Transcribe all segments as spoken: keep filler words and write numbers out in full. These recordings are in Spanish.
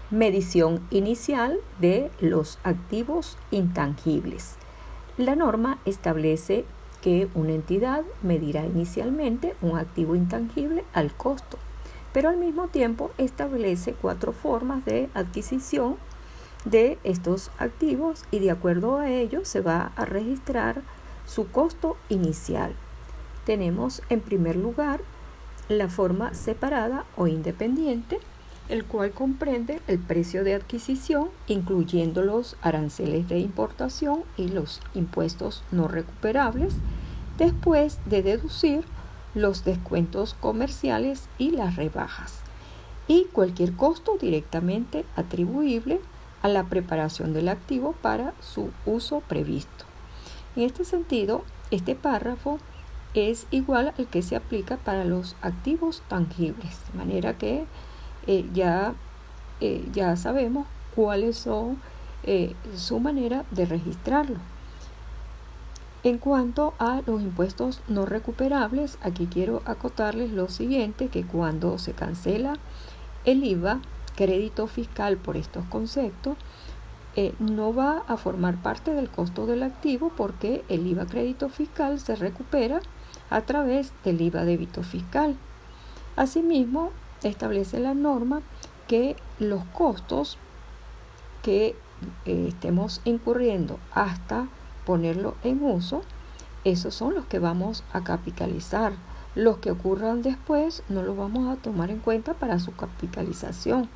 Medición inicial de los activos intangibles. La norma establece que una entidad medirá inicialmente un activo intangible al costo, pero al mismo tiempo establece cuatro formas de adquisición de estos activos y de acuerdo a ello se va a registrar su costo inicial. Tenemos en primer lugar la forma separada o independiente, el cual comprende el precio de adquisición, incluyendo los aranceles de importación y los impuestos no recuperables, después de deducir los descuentos comerciales y las rebajas, y cualquier costo directamente atribuible a la preparación del activo para su uso previsto. En este sentido, este párrafo es igual al que se aplica para los activos tangibles, de manera que Eh, ya, eh, ya sabemos cuáles son eh, su manera de registrarlo. En cuanto a los impuestos no recuperables, aquí quiero acotarles lo siguiente, que cuando se cancela el I V A, crédito fiscal por estos conceptos, eh, no va a formar parte del costo del activo porque el I V A crédito fiscal se recupera a través del I V A débito fiscal. Asimismo, establece la norma que los costos que eh, estemos incurriendo hasta ponerlo en uso, esos son los que vamos a capitalizar. Los que ocurran después no los vamos a tomar en cuenta para su capitalización.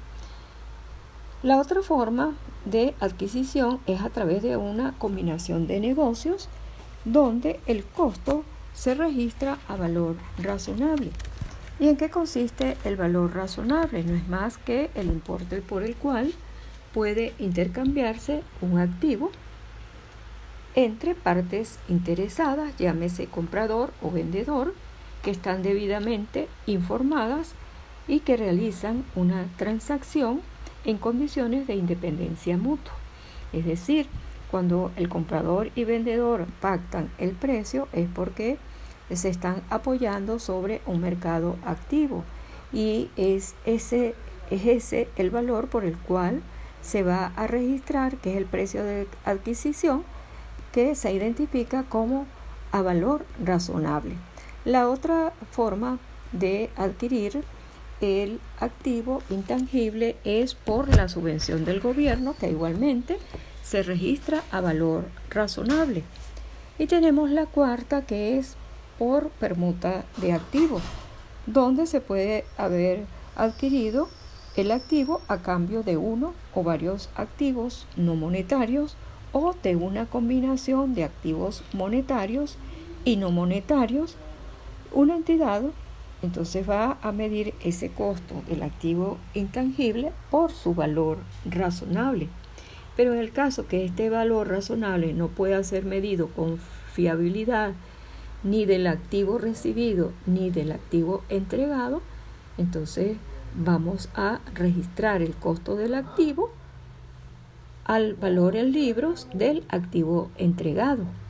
La otra forma de adquisición es a través de una combinación de negocios donde el costo se registra a valor razonable. ¿Y en qué consiste el valor razonable? No es más que el importe por el cual puede intercambiarse un activo entre partes interesadas, llámese comprador o vendedor, que están debidamente informadas y que realizan una transacción en condiciones de independencia mutua. Es decir, cuando el comprador y vendedor pactan el precio es porque se están apoyando sobre un mercado activo y es ese, es ese el valor por el cual se va a registrar, que es el precio de adquisición, que se identifica como a valor razonable. La otra forma de adquirir el activo intangible es por la subvención del gobierno, que igualmente se registra a valor razonable. Y tenemos la cuarta, que es por permuta de activos, donde se puede haber adquirido el activo a cambio de uno o varios activos no monetarios o de una combinación de activos monetarios y no monetarios. Una entidad entonces va a medir ese costo del activo intangible por su valor razonable. Pero en el caso que este valor razonable no pueda ser medido con fiabilidad ni del activo recibido ni del activo entregado, entonces vamos a registrar el costo del activo al valor en libros del activo entregado.